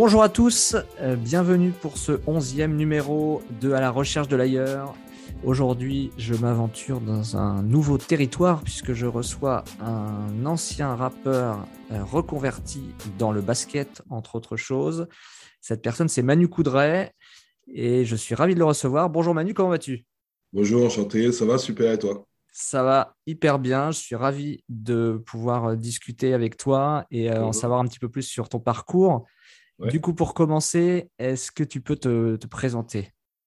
Bonjour à tous, bienvenue pour ce 11e numéro de À la recherche de l'ailleurs. Aujourd'hui, je m'aventure dans un nouveau territoire puisque je reçois un ancien rappeur reconverti dans le basket, entre autres choses. Cette personne, c'est Manu Coudray et je suis ravi de le recevoir. Bonjour Manu, comment vas-tu ? Bonjour, enchanté, ça va super et toi? Ça va hyper bien, je suis ravi de pouvoir discuter avec toi et en Mhm. savoir un petit peu plus sur ton parcours. Du Ouais. coup, pour commencer, est-ce que tu peux te présenter ?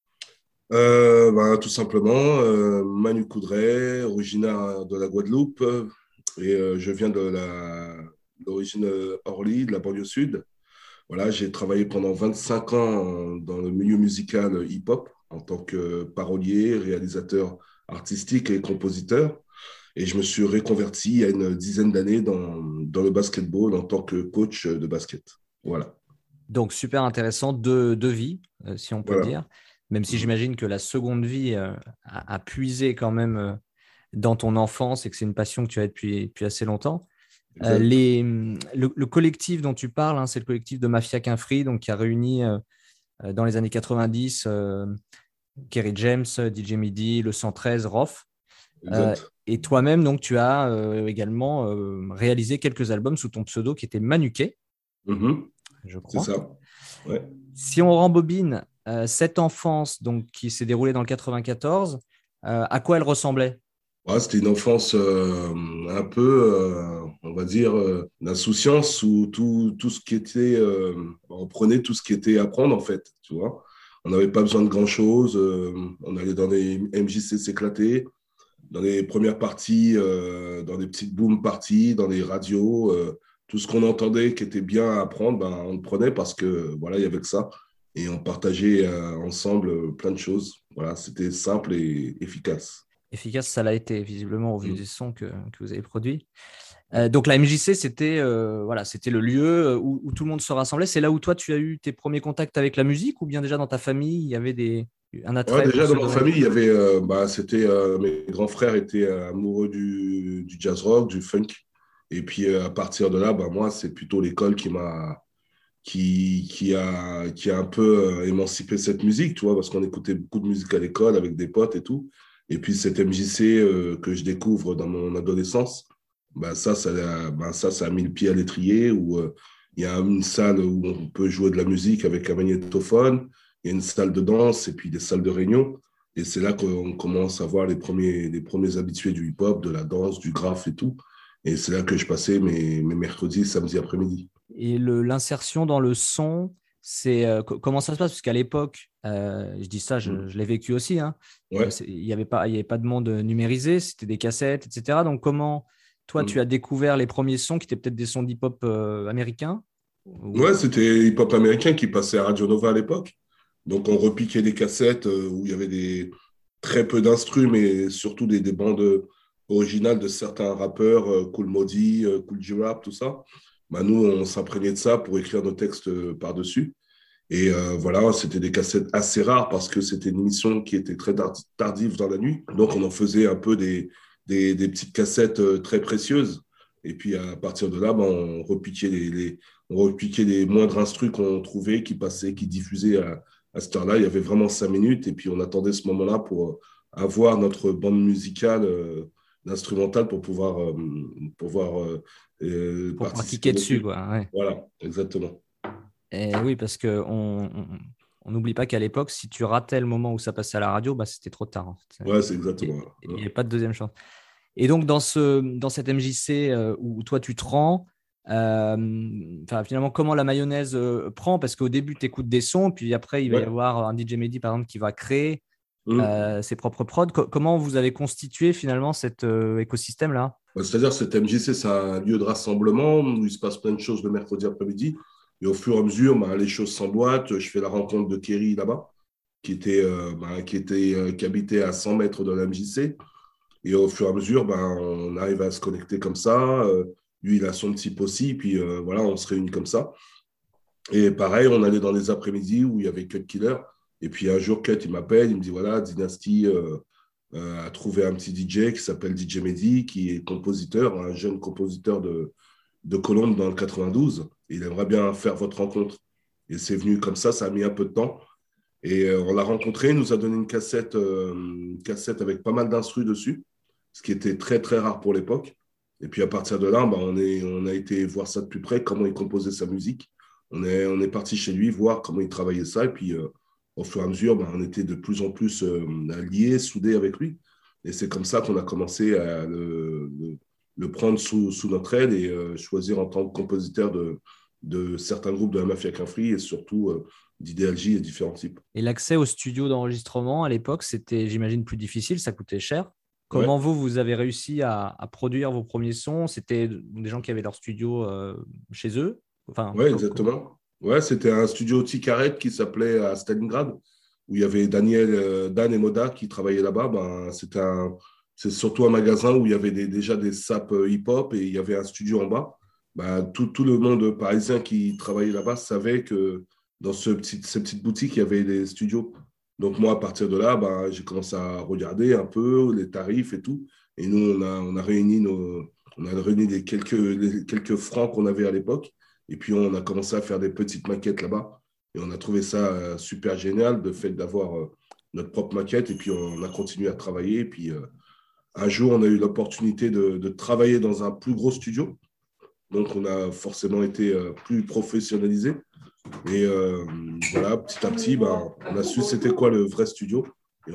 Tout simplement, Manu Coudray, originaire de la Guadeloupe, je viens d'origine Orly, de la banlieue sud. Voilà, j'ai travaillé pendant 25 ans dans le milieu musical hip-hop en tant que parolier, réalisateur artistique et compositeur. Et je me suis reconverti il y a une dizaine d'années dans le basketball en tant que coach de basket. Voilà. Donc, super intéressant, deux vies, si on peut Voilà. dire, même si Mhm. j'imagine que la seconde vie a puisé quand même dans ton enfance et que c'est une passion que tu as depuis assez longtemps. Exact. Le collectif dont tu parles, hein, c'est le collectif de Mafia Qu'un Free, donc qui a réuni dans les années 90 Kerry James, DJ Midi, le 113, Rof. Exact. Et toi-même, donc, tu as également réalisé quelques albums sous ton pseudo qui était Manuquet, Mhm. je C'est crois. ça. Ouais. Si on rembobine cette enfance donc, qui s'est déroulée dans le 94, à quoi elle ressemblait? Ouais, c'était une enfance un peu, on va dire, d'insouciance où tout ce qui était, on prenait tout ce qui était à prendre en fait, tu vois. On n'avait pas besoin de grand-chose. On allait dans les MJC s'éclater, dans les premières parties, dans des petites boom parties, dans les radios. Tout ce qu'on entendait qui était bien à apprendre, ben, on le prenait parce que voilà, il y avait que ça. Et on partageait ensemble plein de choses. Voilà, c'était simple et efficace. Efficace, ça l'a été, visiblement, au vu des Mm. sons que vous avez produits. Ouais. Donc la MJC, c'était voilà, c'était le lieu où tout le monde se rassemblait. C'est là où toi, tu as eu tes premiers contacts avec la musique ou bien déjà dans ta famille, il y avait un Ouais, attrait pour déjà ce dans ma domaine? famille, il y avait, mes grands frères étaient amoureux du jazz rock, du funk. Et puis à partir de là, bah, moi, c'est plutôt l'école qui a un peu émancipé cette musique, tu vois, parce qu'on écoutait beaucoup de musique à l'école avec des potes et tout. Et puis cette MJC que je découvre dans mon adolescence, ça a mis le pied à l'étrier où il y a une salle où on peut jouer de la musique avec un magnétophone, il y a une salle de danse et puis des salles de réunion. Et c'est là qu'on commence à voir les premiers habitués du hip-hop, de la danse, du graphe et tout. Et c'est là que je passais mes mercredis, samedis après-midi. Et l'insertion dans le son, comment ça se passe? Parce qu'à l'époque, je dis ça, Mm. je l'ai vécu aussi, hein, Ouais. il y avait pas de monde numérisé, c'était des cassettes, etc. Donc comment, toi, tu as Mm. découvert les premiers sons qui étaient peut-être des sons d'hip-hop américains? Ouais, Ou- c'était hip-hop américain qui passait à Radio Nova à l'époque. Donc, on repiquait des cassettes où il y avait très peu d'instrus, mais surtout des bandes originales de certains rappeurs, Kool Modi, Kool G-Rap, tout ça. Bah, nous, on s'imprégnait de ça pour écrire nos textes par-dessus. Et voilà, c'était des cassettes assez rares parce que c'était une émission qui était très tardive dans la nuit. Donc, on en faisait un peu des petites cassettes très précieuses. Et puis, à partir de là, bah, on repiquait les moindres instrus qu'on trouvait, qui passaient, qui diffusaient à cette heure-là. Il y avait vraiment 5 minutes. Et puis, on attendait ce moment-là pour avoir notre bande musicale, instrumentale, pour pouvoir pour pouvoir participer kicker dessus, dessus. quoi. Ouais. Voilà, exactement. Et oui, parce que on n'oublie pas qu'à l'époque, si tu ratais le moment où ça passait à la radio, bah, c'était trop tard, en fait. Ouais, c'est Il exactement. n'y Voilà. avait pas de deuxième chance. Et donc, dans cette MJC où toi, tu te rends, finalement, comment la mayonnaise prend? Parce qu'au début, tu écoutes des sons, puis après, il va y Ouais. avoir un DJ Mehdi, par exemple, qui va créer Mm. ses propres prods. Comment vous avez constitué finalement cet écosystème-là? C'est-à-dire, cet MJC, c'est un lieu de rassemblement où il se passe plein de choses le mercredi après-midi. Et au fur et à mesure, ben, les choses s'emboîtent. Je fais la rencontre de Kerry là-bas, qui habitait à 100 mètres de la MJC. Et au fur et à mesure, ben, on arrive à se connecter comme ça. Lui, il a son petit aussi. Puis voilà, on se réunit comme ça. Et pareil, on allait dans les après-midi où il y avait Cut Killer. Et puis un jour, Cut, il m'appelle, il me dit voilà, Dynasty a trouvé un petit DJ qui s'appelle DJ Mehdi, qui est compositeur, un jeune compositeur de Colombes dans le 92. Et il aimerait bien faire votre rencontre. Et c'est venu comme ça a mis un peu de temps. Et on l'a rencontré, il nous a donné une cassette avec pas mal d'instrus dessus, ce qui était très, très rare pour l'époque. Et puis à partir de là, bah, on a été voir ça de plus près, comment il composait sa musique. On est parti chez lui voir comment il travaillait ça. Et puis au fur et à mesure, bah, on était de plus en plus liés, soudés avec lui. Et c'est comme ça qu'on a commencé à le prendre sous notre aile et choisir en tant que compositeur de certains groupes de la Mafia Qu'un Free et surtout d'Idéalgie et différents types. Et l'accès au studio d'enregistrement à l'époque, c'était, j'imagine, plus difficile, ça coûtait cher. Comment Ouais, vous avez réussi à produire vos premiers sons? C'était des gens qui avaient leur studio chez eux? Enfin, ouais, exactement. Ouais, c'était un studio Ticaret qui s'appelait à Stalingrad, où il y avait Dan et Moda qui travaillaient là-bas. Ben, c'est surtout un magasin où il y avait déjà des sapes hip-hop et il y avait un studio en bas. Ben, tout le monde parisien qui travaillait là-bas savait que dans ces petites boutiques, il y avait des studios. Donc moi, à partir de là, ben, j'ai commencé à regarder un peu les tarifs et tout. Et nous, on a réuni les quelques francs qu'on avait à l'époque. Et puis, on a commencé à faire des petites maquettes là-bas. Et on a trouvé ça super génial, de fait d'avoir notre propre maquette. Et puis, on a continué à travailler. Et puis, un jour, on a eu l'opportunité de travailler dans un plus gros studio. Donc, on a forcément été plus professionnalisé. Et voilà, petit à petit, ben, on a su c'était quoi le vrai studio. Et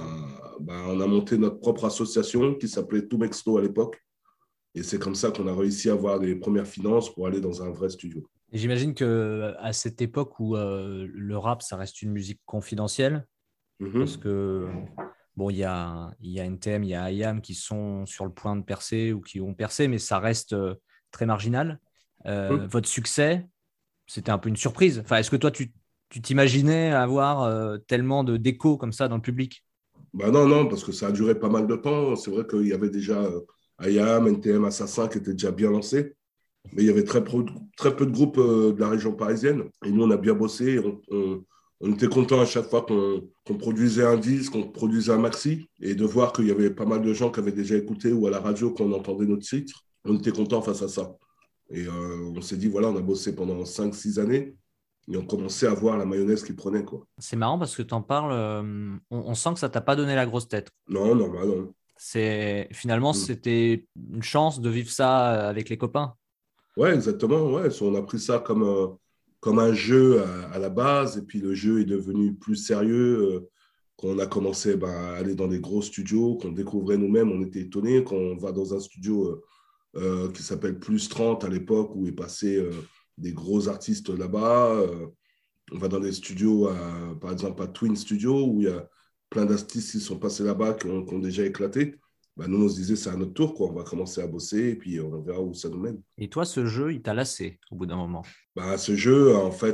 on a monté notre propre association qui s'appelait Toumexto à l'époque. Et c'est comme ça qu'on a réussi à avoir les premières finances pour aller dans un vrai studio. et j'imagine que à cette époque où le rap, ça reste une musique confidentielle, parce Mhm. que bon, il y a NTM, il y a IAM qui sont sur le point de percer ou qui ont percé, mais ça reste très marginal. Mhm. Votre succès, c'était un peu une surprise. Enfin, est-ce que toi, tu t'imaginais avoir tellement de d'écho comme ça dans le public? Bah non, non, parce que ça a duré pas mal de temps. C'est vrai qu'il y avait déjà IAM, NTM, Assassin qui étaient déjà bien lancés, mais il y avait très peu de groupes de la région parisienne. Et nous, on a bien bossé. On était content à chaque fois qu'on produisait un disque, qu'on produisait un maxi, et de voir qu'il y avait pas mal de gens qui avaient déjà écouté ou à la radio qu'on entendait notre titre. On était content face à ça. Et on s'est dit, voilà, on a bossé pendant 5 6 années et on commençait à voir la mayonnaise qui prenait, quoi. C'est marrant parce que tu en parles, on sent que ça t'a pas donné la grosse tête. Non, non, bah non. C'est finalement Mm. c'était une chance de vivre ça avec les copains. Ouais, exactement. Ouais. On a pris ça comme un jeu à la base, et puis le jeu est devenu plus sérieux. Quand on a commencé à aller dans des gros studios, qu'on découvrait nous-mêmes, on était étonnés. Quand on va dans un studio qui s'appelle Plus 30 à l'époque, où est passé des gros artistes là-bas. On va dans des studios, par exemple à Twin Studio, où il y a plein d'artistes qui sont passés là-bas, qui ont déjà éclaté. Bah, nous, on se disait, c'est à notre tour, quoi. On va commencer à bosser, et puis on verra où ça nous mène. Et toi, ce jeu, il t'a lassé au bout d'un moment. Bah, ce jeu, en fait,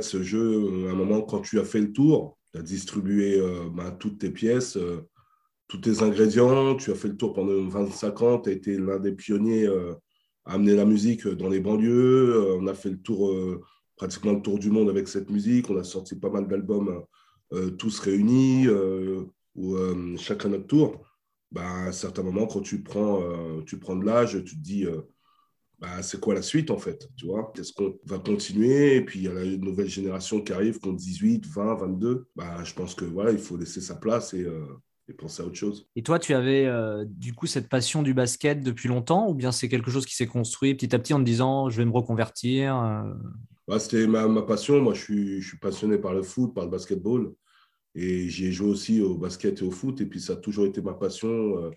à un moment, quand tu as fait le tour, tu as distribué toutes tes pièces, tous tes ingrédients, tu as fait le tour pendant 25 ans, tu as été l'un des pionniers à amener la musique dans les banlieues. On a fait le tour, pratiquement le tour du monde avec cette musique. On a sorti pas mal d'albums tous réunis, ou chacun notre tour. Bah, à un certain moment, quand tu prends de l'âge, tu te dis bah, c'est quoi la suite en fait, tu vois? Est-ce qu'on va continuer? Et puis il y a la nouvelle génération qui arrive, qui ont 18, 20, 22. Bah, je pense que voilà, il faut laisser sa place et penser à autre chose. Et toi, tu avais du coup cette passion du basket depuis longtemps ou bien c'est quelque chose qui s'est construit petit à petit en te disant je vais me reconvertir Bah, c'était ma passion. Moi, je suis passionné par le foot, par le basketball. Et j'ai joué aussi au basket et au foot. Et puis ça a toujours été ma passion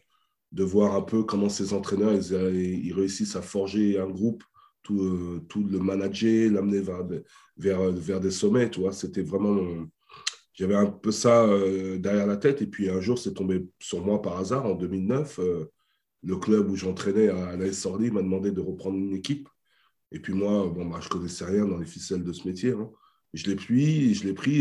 de voir un peu comment ces entraîneurs, ils réussissent à forger un groupe, tout le manager, l'amener vers des sommets, tu vois. C'était vraiment j'avais un peu ça derrière la tête. Et puis un jour, c'est tombé sur moi par hasard en 2009. Le club où j'entraînais à l'AS Orly m'a demandé de reprendre une équipe. Et puis moi, bon, bah, je ne connaissais rien dans les ficelles de ce métier, hein. Je l'ai pris et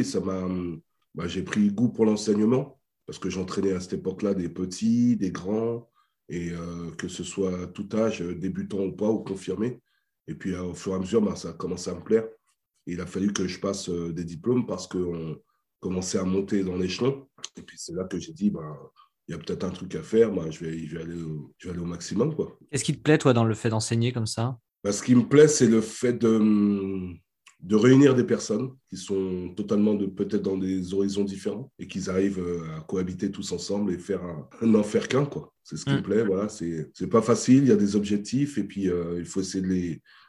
j'ai pris goût pour l'enseignement parce que j'entraînais à cette époque-là des petits, des grands, et que ce soit à tout âge, débutant ou pas, ou confirmé. Et puis au fur et à mesure, bah, ça a commencé à me plaire. Et il a fallu que je passe des diplômes parce qu'on commençait à monter dans l'échelon. Et puis c'est là que j'ai dit, bah, il y a peut-être un truc à faire, bah, je vais aller au maximum, quoi. Qu'est-ce qui te plaît toi dans le fait d'enseigner comme ça? Bah, ce qui me plaît, c'est le fait de réunir des personnes qui sont totalement peut-être dans des horizons différents et qu'ils arrivent à cohabiter tous ensemble et faire n'en faire qu'un, quoi. C'est ce qui me plaît. Voilà, c'est pas facile. Il y a des objectifs et puis il faut essayer de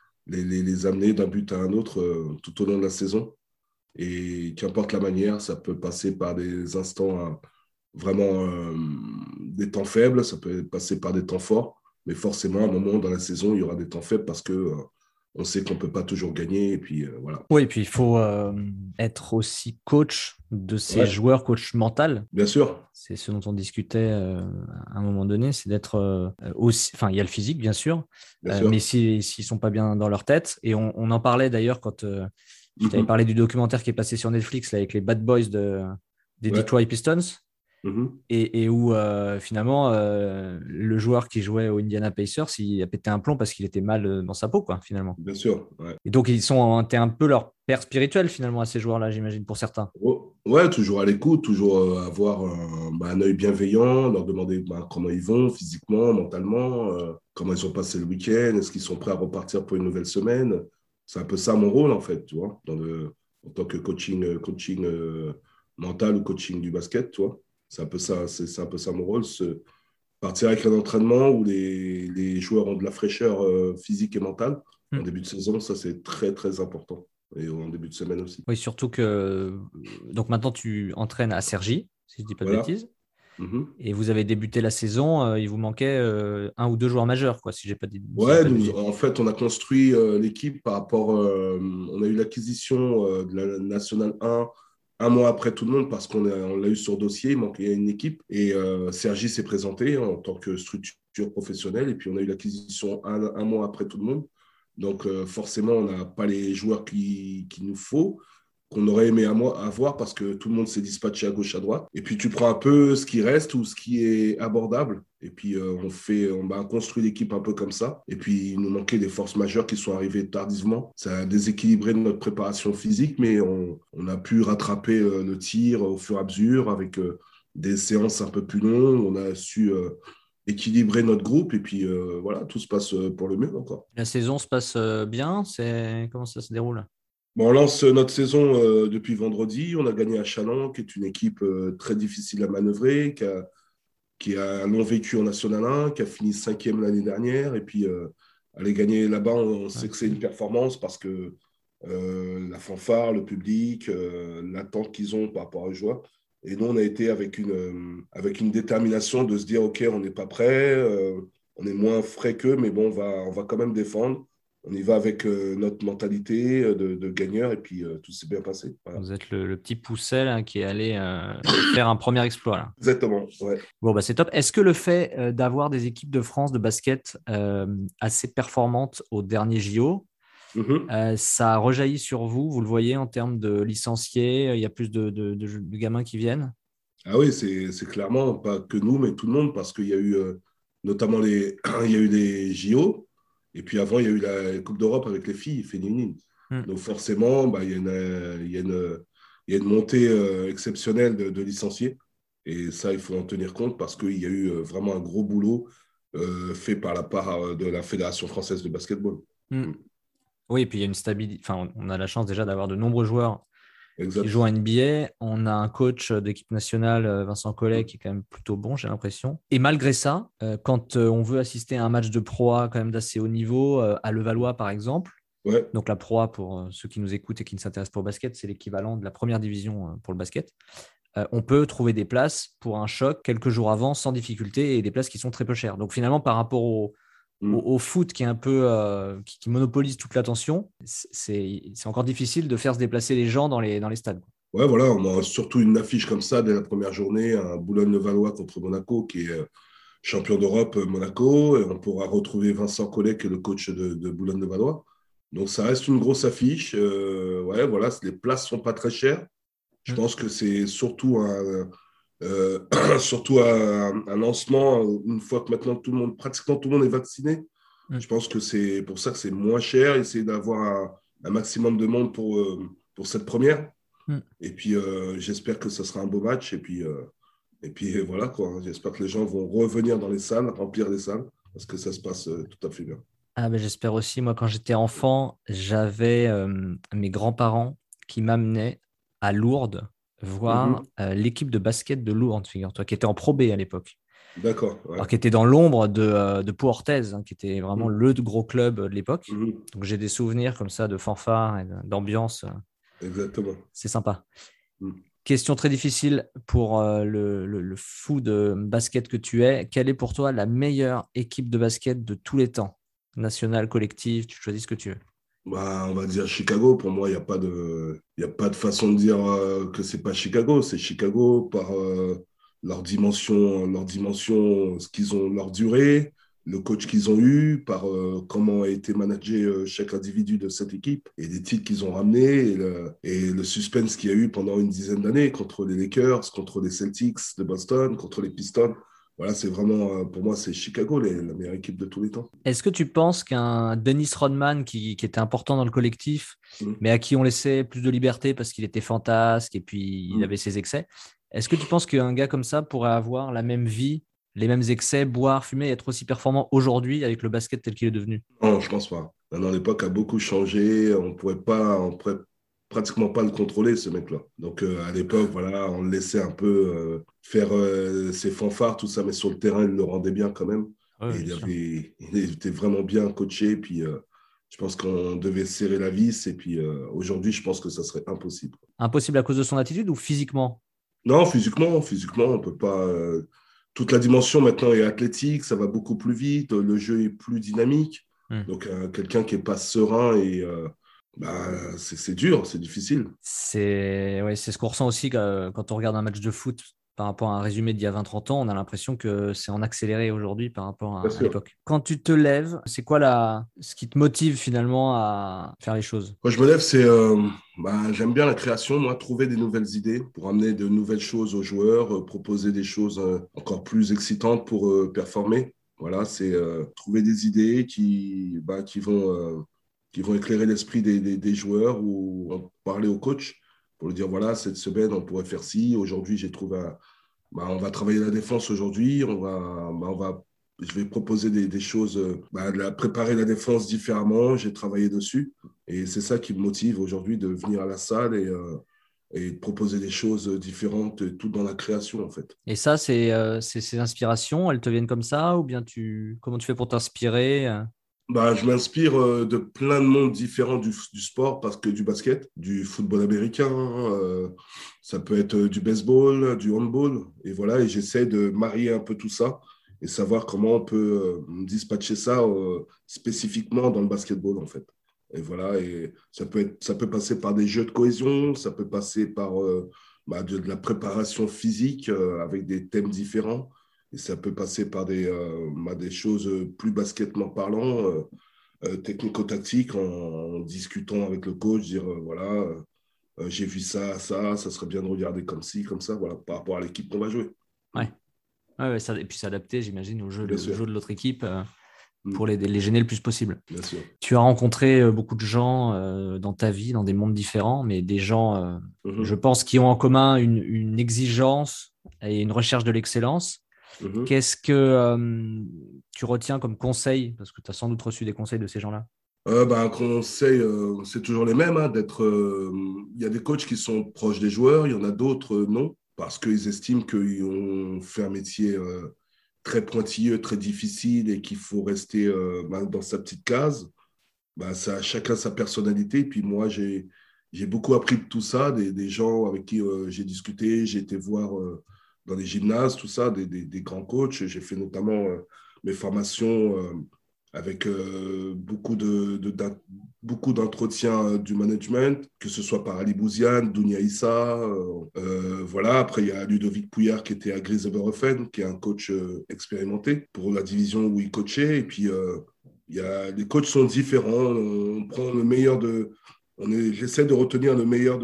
les amener d'un but à un autre tout au long de la saison. Et qu'importe la manière, ça peut passer par des instants vraiment des temps faibles, ça peut passer par des temps forts, mais forcément, à un moment dans la saison, il y aura des temps faibles parce que on sait qu'on ne peut pas toujours gagner. Et puis voilà. Oui, et puis il faut être aussi coach de ces Ouais, joueurs, coach mental. bien sûr. C'est ce dont on discutait à un moment donné, c'est d'être aussi. Enfin, il y a le physique, bien sûr, Bien mais sûr. s'ils ne sont pas bien dans leur tête, et on en parlait d'ailleurs quand je t'avais Mhm. parlé du documentaire qui est passé sur Netflix là, avec les Bad Boys des Ouais. Detroit Pistons, Mhm. et où finalement le joueur qui jouait au Indiana Pacers, il a pété un plomb parce qu'il était mal dans sa peau, quoi, finalement. Bien sûr. Ouais. Et donc, t'es un peu leur père spirituel, finalement, à ces joueurs-là, j'imagine, pour certains. Ouais, toujours à l'écoute, toujours avoir un œil bienveillant, leur demander comment ils vont physiquement, mentalement, comment ils ont passé le week-end, est-ce qu'ils sont prêts à repartir pour une nouvelle semaine. C'est un peu ça mon rôle, en fait, tu vois, en tant que coaching mental ou coaching du basket, tu vois. C'est un peu ça, c'est un peu ça mon rôle, partir avec un entraînement où les joueurs ont de la fraîcheur physique et mentale en Hmm. début de saison, ça c'est très, très important. Et en début de semaine aussi. Oui, surtout que donc maintenant tu entraînes à Cergy, si je dis pas de Voilà. bêtises, Mhm. et vous avez débuté la saison, il vous manquait un ou deux joueurs majeurs, quoi, si j'ai Ouais, pas de bêtises. en fait, on a construit l'équipe par rapport. On a eu l'acquisition de la Nationale 1 mois après tout le monde parce on l'a eu sur dossier, il manquait une équipe. Et Sergi s'est présenté en tant que structure professionnelle. Et puis, on a eu l'acquisition un mois après tout le monde. Donc, forcément, on n'a pas les joueurs qu'il nous faut, qu'on aurait aimé avoir parce que tout le monde s'est dispatché à gauche, à droite. Et puis, tu prends un peu ce qui reste ou ce qui est abordable. Et puis, on a construit l'équipe un peu comme ça. Et puis, il nous manquait des forces majeures qui sont arrivées tardivement. Ça a déséquilibré notre préparation physique, mais on a pu rattraper le tir au fur et à mesure avec des séances un peu plus longues. On a su équilibrer notre groupe. Et puis, voilà, tout se passe pour le mieux encore. La saison se passe bien, comment ça se déroule? Bon, on lance notre saison depuis vendredi. On a gagné à Châlons, qui est une équipe très difficile à manœuvrer, qui a un long vécu en National 1, qui a fini cinquième l'année dernière. Et puis, aller gagner là-bas, on Ouais. sait que c'est une performance parce que la fanfare, le public, l'attente qu'ils ont par rapport aux joueurs. Et nous, on a été avec une détermination de se dire, OK, on n'est pas prêt, on est moins frais qu'eux, mais bon, on va quand même défendre. On y va avec notre mentalité de gagneur et puis tout s'est bien passé. Voilà. Vous êtes le petit pousset là, qui est allé faire un premier exploit là. Exactement, ouais. Bon, bah, c'est top. Est-ce que le fait d'avoir des équipes de France de basket assez performantes au dernier JO, Mhm. ça rejaillit sur vous? Vous le voyez en termes de licenciés? Il y a plus de gamins qui viennent? Ah oui, c'est clairement pas que nous, mais tout le monde, parce qu'il y a eu notamment il y a eu les JO, et puis avant, il y a eu la Coupe d'Europe avec les filles féminines. Hmm. Donc forcément, bah, il y a une montée exceptionnelle de licenciés, et ça, il faut en tenir compte parce qu'il y a eu vraiment un gros boulot fait par la part de la Fédération française de basketball. Hmm. Mm. Oui, et puis il y a une stabilité. Enfin, on a la chance déjà d'avoir de nombreux joueurs qui jouent Exact. en NBA. On a un coach d'équipe nationale, Vincent Collet, Mm. qui est quand même plutôt bon, j'ai l'impression. Et malgré ça, quand on veut assister à un match de Pro A quand même d'assez haut niveau, à Levallois par exemple, Ouais. donc la Pro A, pour ceux qui nous écoutent et qui ne s'intéressent pas au basket, c'est l'équivalent de la première division pour le basket. On peut trouver des places pour un choc quelques jours avant sans difficulté et des places qui sont très peu chères. Donc finalement, par rapport Mm. au foot qui est un peu qui monopolise toute l'attention, c'est encore difficile de faire se déplacer les gens dans les stades. Ouais, voilà, on a surtout une affiche comme ça dès la première journée, un Boulogne-Levallois contre Monaco, qui est champion d'Europe Monaco, et on pourra retrouver Vincent Collet, qui est le coach de Boulogne-Levallois. Donc ça reste une grosse affiche. Ouais, voilà, les places sont pas très chères. Je Mm. pense que c'est surtout surtout un lancement, une fois que maintenant pratiquement tout le monde est vacciné. Mm. Je pense que c'est pour ça que c'est moins cher, essayer d'avoir un maximum de monde pour cette première. Mm. Et puis, j'espère que ce sera un beau match. Et puis voilà, quoi. J'espère que les gens vont revenir dans les salles, remplir les salles, parce que ça se passe tout à fait bien. Ah ben, j'espère aussi. Moi, quand j'étais enfant, j'avais mes grands-parents qui m'amenaient à Lourdes voir Mhm. l'équipe de basket de Lourdes, figure-toi, qui était en Pro B à l'époque. D'accord, Alors, ouais. qui était dans l'ombre de Pau Orthez, hein, qui était vraiment Mhm. le gros club de l'époque. Mhm. Donc, j'ai des souvenirs comme ça de fanfare et d'ambiance. Exactement. C'est sympa. Mhm. Question très difficile pour le fou de basket que tu es. Quelle est pour toi la meilleure équipe de basket de tous les temps? Nationale, collective, tu choisis ce que tu veux. Bah, on va dire Chicago. Pour moi, il y a pas de façon de dire que c'est pas Chicago. C'est Chicago par leur dimension, ce qu'ils ont, leur durée, le coach qu'ils ont eu, par comment a été managé chaque individu de cette équipe et les titres qu'ils ont ramenés et le suspense qu'il y a eu pendant une dizaine d'années contre les Lakers, contre les Celtics de Boston, contre les Pistons. Voilà, c'est vraiment, pour moi, c'est Chicago, la meilleure équipe de tous les temps. Est-ce que tu penses qu'un Dennis Rodman qui était important dans le collectif, Mm. mais à qui on laissait plus de liberté parce qu'il était fantasque et puis il avait Mm. ses excès, est-ce que tu penses qu'un gars comme ça pourrait avoir la même vie, les mêmes excès, boire, fumer et être aussi performant aujourd'hui avec le basket tel qu'il est devenu? Non, je pense pas. Maintenant, l'époque a beaucoup changé. On pourrait pratiquement pas le contrôler, ce mec-là. Donc, à l'époque, voilà, on le laissait un peu faire ses fanfares, tout ça, mais sur le terrain, il le rendait bien quand même. Oui, Et bien sûr. il était vraiment bien coaché. Puis, je pense qu'on devait serrer la vis. Et puis, aujourd'hui, je pense que ça serait impossible. Impossible à cause de son attitude ou physiquement? Non, physiquement, on peut pas. Toute la dimension maintenant est athlétique, ça va beaucoup plus vite, le jeu est plus dynamique. Hmm. Donc, quelqu'un qui est pas serein et bah, c'est dur, c'est difficile. C'est ouais, c'est ce qu'on ressent aussi quand on regarde un match de foot par rapport à un résumé d'il y a 20-30 ans. On a l'impression que c'est en accéléré aujourd'hui par rapport Bien à sûr. l'époque. Quand tu te lèves, c'est quoi ce qui te motive finalement à faire les choses? Quand je me lève, bah, j'aime bien la création, moi, trouver des nouvelles idées pour amener de nouvelles choses aux joueurs, proposer des choses encore plus excitantes pour performer. Voilà, c'est trouver des idées qui vont éclairer l'esprit des joueurs ou en parler au coach pour lui dire, voilà, cette semaine, on pourrait faire ci. Aujourd'hui, j'ai trouvé bah, on va travailler la défense aujourd'hui, je vais proposer des choses, préparer la défense différemment, j'ai travaillé dessus. Et c'est ça qui me motive aujourd'hui de venir à la salle et de proposer des choses différentes, tout dans la création en fait. Et ça, c'est ces inspirations, elles te viennent comme ça ou bien comment tu fais pour t'inspirer? Bah, je m'inspire de plein de mondes différents du sport, parce que du basket, du football américain, ça peut être du baseball, du handball. Et voilà, et j'essaie de marier un peu tout ça et savoir comment on peut dispatcher ça spécifiquement dans le basketball en fait. Et voilà, et ça peut passer par des jeux de cohésion, ça peut passer par de la préparation physique avec des thèmes différents. Et ça peut passer par des choses plus basketement parlant, technico-tactiques, en discutant avec le coach, dire voilà, j'ai vu ça, ça serait bien de regarder comme ci, comme ça, voilà, par rapport à l'équipe qu'on va jouer. Mm. Ouais. Ouais, ouais, et puis s'adapter, j'imagine, Bien au sûr. jeu de l'autre équipe Mm. pour les gêner le plus possible. Bien sûr. Tu as rencontré beaucoup de gens dans ta vie, dans des mondes différents, mais des gens, je Mhm. pense, qui ont en commun une exigence et une recherche de l'excellence. Mhm. Qu'est-ce que tu retiens comme conseil? Parce que tu as sans doute reçu des conseils de ces gens-là. Un conseil, c'est toujours les mêmes, hein, il y a des coachs qui sont proches des joueurs, il y en a d'autres non, parce qu'ils estiment qu'ils ont fait un métier très pointilleux, très difficile et qu'il faut rester dans sa petite case. Bah, ça, chacun sa personnalité. Puis moi, j'ai beaucoup appris de tout ça, des gens avec qui j'ai discuté, j'ai été voir dans les gymnases, tout ça, des grands coachs. J'ai fait notamment mes formations avec beaucoup d'entretiens du management, que ce soit par Ali Bouziane, Dounia Issa. Voilà. Après, il y a Ludovic Pouillard qui était à Griezeborofen, qui est un coach expérimenté pour la division où il coachait. Et puis, les coachs sont différents. On prend le meilleur j'essaie de retenir le meilleur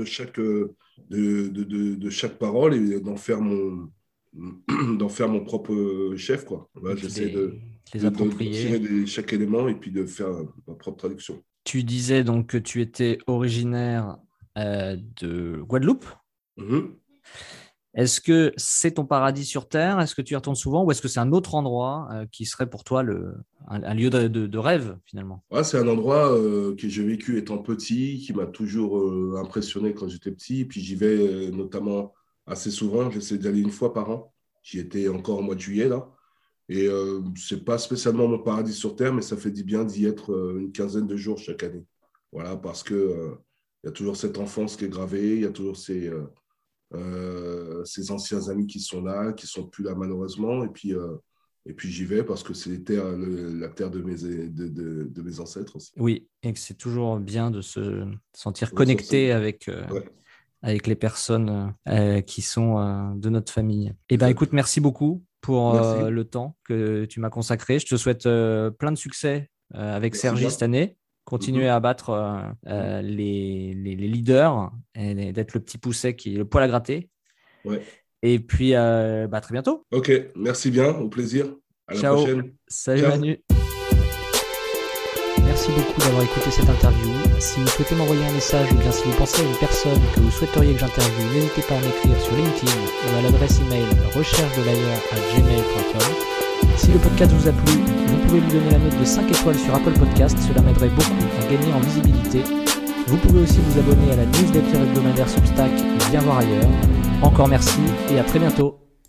de chaque parole et d'en faire mon propre chef, quoi. Et Voilà, puis j'essaie les de tirer approprier. chaque élément et puis de faire ma propre traduction. Tu disais donc que tu étais originaire de Guadeloupe. Mhm. Est-ce que c'est ton paradis sur Terre? Est-ce que tu y retournes souvent ou est-ce que c'est un autre endroit qui serait pour toi un lieu de rêve finalement? Ouais, c'est un endroit que j'ai vécu étant petit, qui m'a toujours impressionné quand j'étais petit. Et puis j'y vais notamment assez souvent. J'essaie d'y aller une fois par an. J'y étais encore au mois de juillet, là. Et c'est pas spécialement mon paradis sur Terre, mais ça fait du bien d'y être une quinzaine de jours chaque année. Voilà, parce que il y a toujours cette enfance qui est gravée, il y a toujours ces anciens amis qui sont là, qui sont plus là malheureusement. Et puis j'y vais parce que c'est la terre de mes ancêtres aussi. Oui, et que c'est toujours bien de se sentir Ressourcer. connecté avec, Ouais, avec les personnes qui sont de notre famille. Eh bien, écoute, exact. merci beaucoup pour Merci. le temps que tu m'as consacré. Je te souhaite plein de succès avec Merci Sergi bien. cette année. Continuer Mhm. à battre Mhm. les leaders et d'être le petit pousset qui est le poil à gratter. Ouais. Et puis, à très bientôt. Ok, merci bien, au plaisir. À la Ciao. prochaine. Salut Ciao. Manu. Merci beaucoup d'avoir écouté cette interview. Si vous souhaitez m'envoyer un message ou bien si vous pensez à une personne que vous souhaiteriez que j'interviewe, n'hésitez pas à m'écrire sur LinkedIn ou à l'adresse email recherche-de-l'ailleurs@gmail.com. Si le podcast vous a plu, vous pouvez lui donner la note de 5 étoiles sur Apple Podcast, cela m'aiderait beaucoup à gagner en visibilité. Vous pouvez aussi vous abonner à la newsletter hebdomadaire Substack Viens voir ailleurs. Encore merci et à très bientôt.